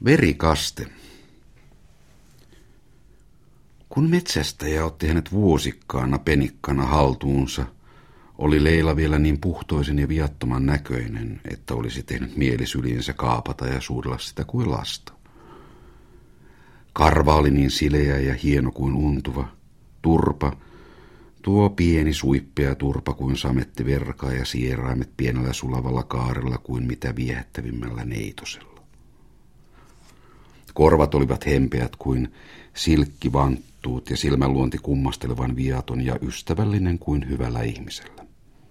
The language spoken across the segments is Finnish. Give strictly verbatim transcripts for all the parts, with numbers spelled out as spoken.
Verikaste. Kun metsästäjä otti hänet vuosikkaana penikkana haltuunsa, oli Leila vielä niin puhtoisen ja viattoman näköinen, että olisi tehnyt mieli syliensä kaapata ja suudella sitä kuin lasta. Karva oli niin sileä ja hieno kuin untuva. Turpa, tuo pieni suippea turpa kuin sametti verkaa ja sieraimet pienellä sulavalla kaarella kuin mitä viehättävimmällä neitosella. Korvat olivat hempeät kuin silkkivanttuut ja silmänluonti kummastelevan viaton ja ystävällinen kuin hyvällä ihmisellä.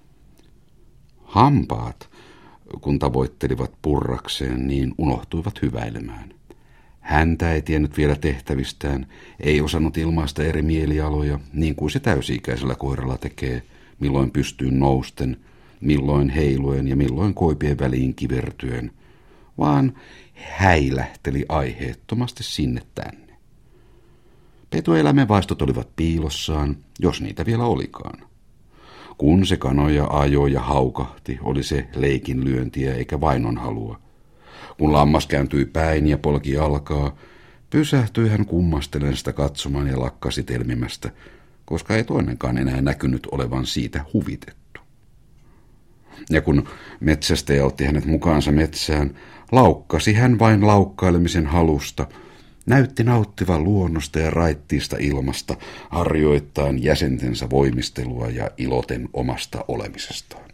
Hampaat, kun tavoittelivat purrakseen, niin unohtuivat hyväilemään. Häntä ei tiennyt vielä tehtävistään, ei osannut ilmaista eri mielialoja, niin kuin se täysi-ikäisellä koiralla tekee, milloin pystyy nousten, milloin heiluen ja milloin koipien väliin kivertyen, vaan häilähteli aiheettomasti sinne tänne. Petoeläimen vaistot olivat piilossaan, jos niitä vielä olikaan. Kun se kanoja ajoi ja haukahti, oli se leikin lyöntiä eikä vainon halua. Kun lammas kääntyi päin ja polki alkaa, pysähtyi hän kummastellen sitä katsomaan ja lakkasi telmimästä, koska ei toinenkaan enää näkynyt olevan siitä huvitettu. Ja kun metsästäjä otti hänet mukaansa metsään, laukkasi hän vain laukkailemisen halusta, näytti nauttivan luonnosta ja raittiista ilmasta, harjoittaen jäsentensä voimistelua ja iloten omasta olemisestaan.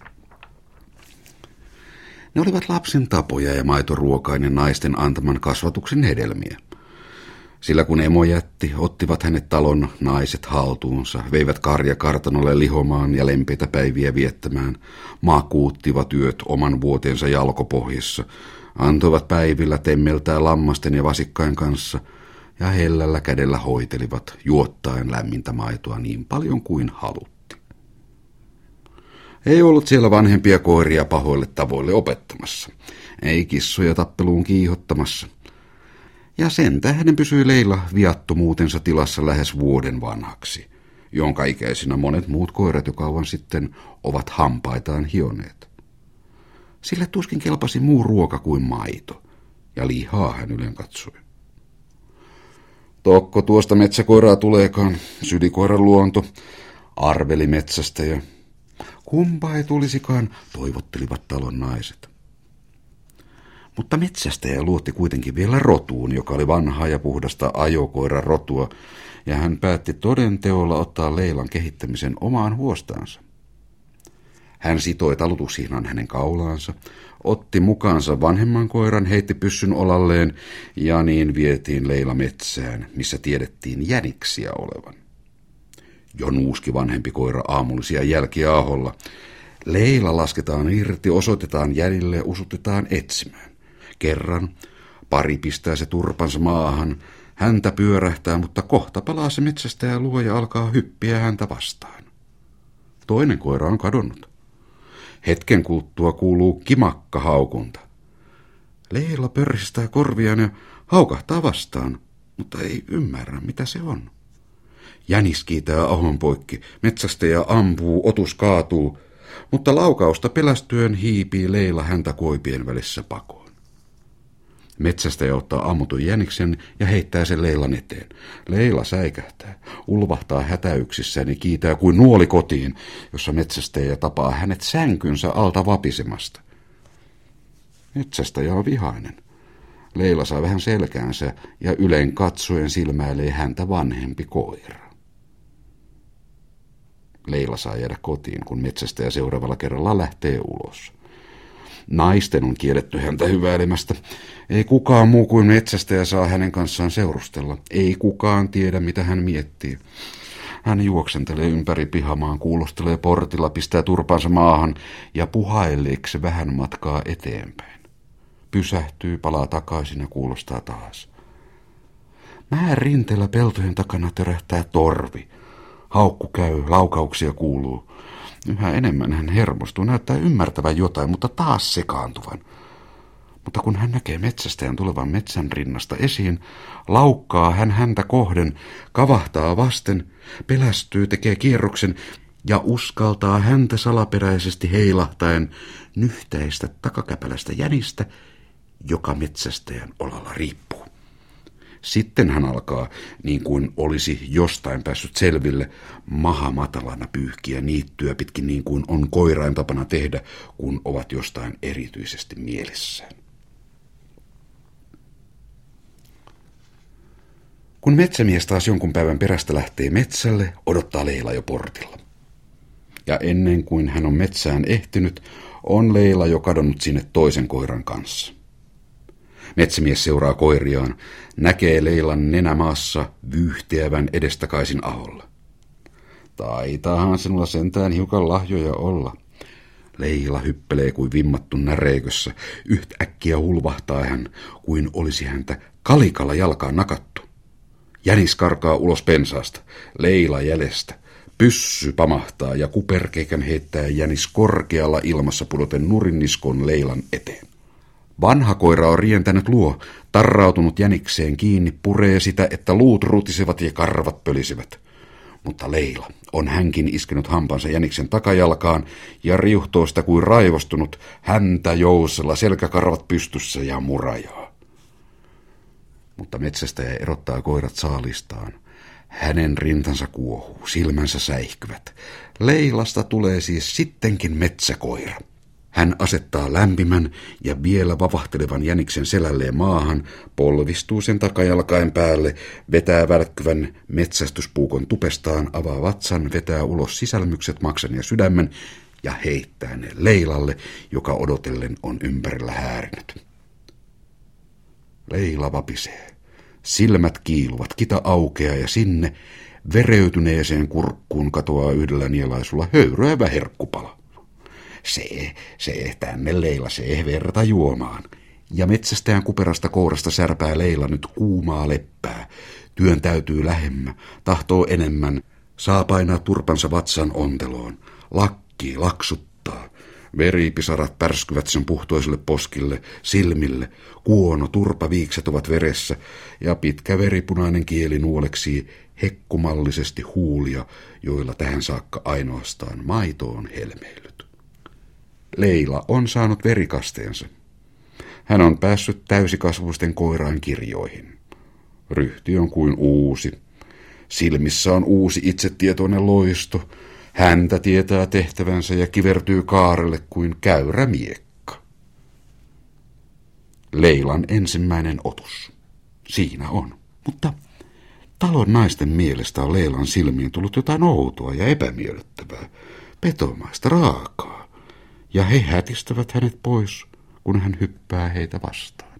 Ne olivat lapsen tapoja ja maitoruokainen naisten antaman kasvatuksen hedelmiä. Sillä kun emo jätti, ottivat hänet talon naiset haltuunsa, veivät karjakartanolle lihomaan ja lempeitä päiviä viettämään, makuuttivat yöt oman vuotensa jalkopohjassa, antoivat päivillä temmeltää lammasten ja vasikkain kanssa ja hellällä kädellä hoitelivat, juottaen lämmintä maitoa niin paljon kuin halutti. Ei ollut siellä vanhempia koiria pahoille tavoille opettamassa, ei kissoja tappeluun kiihottamassa. Ja sen tähden pysyi Leila viattomuutensa tilassa lähes vuoden vanhaksi, jonka ikäisinä monet muut koirat jo kauan sitten ovat hampaitaan hioneet. Sille tuskin kelpasi muu ruoka kuin maito, ja lihaa hän ylen katsoi. Tokko tuosta metsäkoiraa tuleekaan, sylikoiran luonto, arveli metsästäjä. Kumpa ei tulisikaan, toivottelivat talon naiset. Mutta metsästäjä luotti kuitenkin vielä rotuun, joka oli vanhaa ja puhdasta ajokoiran rotua, ja hän päätti toden teolla ottaa Leilan kehittämisen omaan huostaansa. Hän sitoi talutushihnan hänen kaulaansa, otti mukaansa vanhemman koiran, heitti pyssyn olalleen, ja niin vietiin Leila metsään, missä tiedettiin jäniksiä olevan. Jo nuuski vanhempi koira aamullisia jälkiä aholla. Leila lasketaan irti, osoitetaan jäljille ja usutetaan etsimään. Kerran, pari pistää se turpansa maahan, häntä pyörähtää, mutta kohta palaa se metsästäjä luo ja alkaa hyppiä häntä vastaan. Toinen koira on kadonnut. Hetken kuluttua kuuluu kimakka haukunta. Leila pörristää korviaan ja haukahtaa vastaan, mutta ei ymmärrä, mitä se on. Jänis kiitää ahon poikki, metsästäjä ampuu, otus kaatuu, mutta laukausta pelästyen hiipii Leila häntä koipien välissä pakoon. Metsästäjä ottaa ammutun jäniksen ja heittää sen Leilan eteen. Leila säikähtää, ulvahtaa hätäyksissään ja kiitää kuin nuoli kotiin, jossa metsästäjä tapaa hänet sänkynsä alta vapisemasta. Metsästäjä on vihainen. Leila saa vähän selkäänsä ja ylen katsoen silmäilee häntä vanhempi koira. Leila saa jäädä kotiin, kun metsästäjä seuraavalla kerralla lähtee ulos. Naisten on kielletty häntä hyväilemästä. Ei kukaan muu kuin metsästäjä saa hänen kanssaan seurustella. Ei kukaan tiedä, mitä hän miettii. Hän juoksentelee ympäri pihamaan, kuulostelee portilla, pistää turpansa maahan ja puhailleeksi vähän matkaa eteenpäin. Pysähtyy, palaa takaisin ja kuulostaa taas. Mäen rinteellä peltojen takana törähtää torvi. Haukku käy, laukauksia kuuluu. Yhä enemmän hän hermostuu, näyttää ymmärtävän jotain, mutta taas sekaantuvan. Mutta kun hän näkee metsästäjän tulevan metsän rinnasta esiin, laukkaa hän häntä kohden, kavahtaa vasten, pelästyy, tekee kierroksen ja uskaltaa häntä salaperäisesti heilahtaen nyhtäistä takakäpälästä jänistä joka metsästäjän olalla riippuu. Sitten hän alkaa, niin kuin olisi jostain päässyt selville, maha matalana pyyhkiä niittyä pitkin niin kuin on koirain tapana tehdä, kun ovat jostain erityisesti mielessään. Kun metsämies taas jonkun päivän perästä lähtee metsälle, odottaa Leila jo portilla. Ja ennen kuin hän on metsään ehtinyt, on Leila jo kadonnut sinne toisen koiran kanssa. Metsämies seuraa koiriaan, näkee Leilan nenämaassa vyyhteävän edestakaisin aholla. Taitaahan sinulla sentään hiukan lahjoja olla. Leila hyppelee kuin vimmattu näreikössä, yhtäkkiä hulvahtaa hän, kuin olisi häntä kalikalla jalkaan nakattu. Jänis karkaa ulos pensaasta, Leila jäljestä. Pyssy pamahtaa ja kuperkeikän heittää jänis korkealla ilmassa pudoten nurinniskon Leilan eteen. Vanha koira on rientänyt luo, tarrautunut jänikseen kiinni, puree sitä, että luut rutisevat ja karvat pölisivät. Mutta Leila on hänkin iskenut hampansa jäniksen takajalkaan ja riuhtoo sitä kuin raivostunut, häntä jousella, selkäkarvat pystyssä ja murajaa. Mutta metsästäjä erottaa koirat saalistaan. Hänen rintansa kuohuu, silmänsä säihkyvät. Leilasta tulee siis sittenkin metsäkoira. Hän asettaa lämpimän ja vielä vavahtelevan jäniksen selälleen maahan, polvistuu sen takajalkain päälle, vetää välkkyvän metsästyspuukon tupestaan, avaa vatsan, vetää ulos sisälmykset, maksan ja sydämen ja heittää ne Leilalle, joka odotellen on ympärillä häärinyt. Leila vapisee. Silmät kiiluvat, kita aukeaa ja sinne vereytyneeseen kurkkuun katoaa yhdellä nielaisulla höyryävä herkkupala. Se, se, tänne Leila, se verta juomaan. Ja metsästäjän kuperasta kourasta särpää Leila nyt kuumaa leppää. Työn täytyy lähemmä, tahtoo enemmän, saa painaa turpansa vatsan onteloon. Lakkii, laksuttaa. Veripisarat pärskyvät sen puhtoisille poskille, silmille, kuono, turpaviikset ovat veressä ja pitkä veripunainen kieli nuoleksii hekkumallisesti huulia, joilla tähän saakka ainoastaan maito on helmeillyt. Leila on saanut verikasteensa. Hän on päässyt täysikasvuisten koirain kirjoihin. Ryhti on kuin uusi. Silmissä on uusi itsetietoinen loisto. Häntä tietää tehtävänsä ja kivertyy kaarelle kuin käyrä miekka. Leilan ensimmäinen otus. Siinä on. Mutta talon naisten mielestä on Leilan silmiin tullut jotain outoa ja epämiellyttävää, petomaista, raakaa. Ja he hätistävät hänet pois, kun hän hyppää heitä vastaan.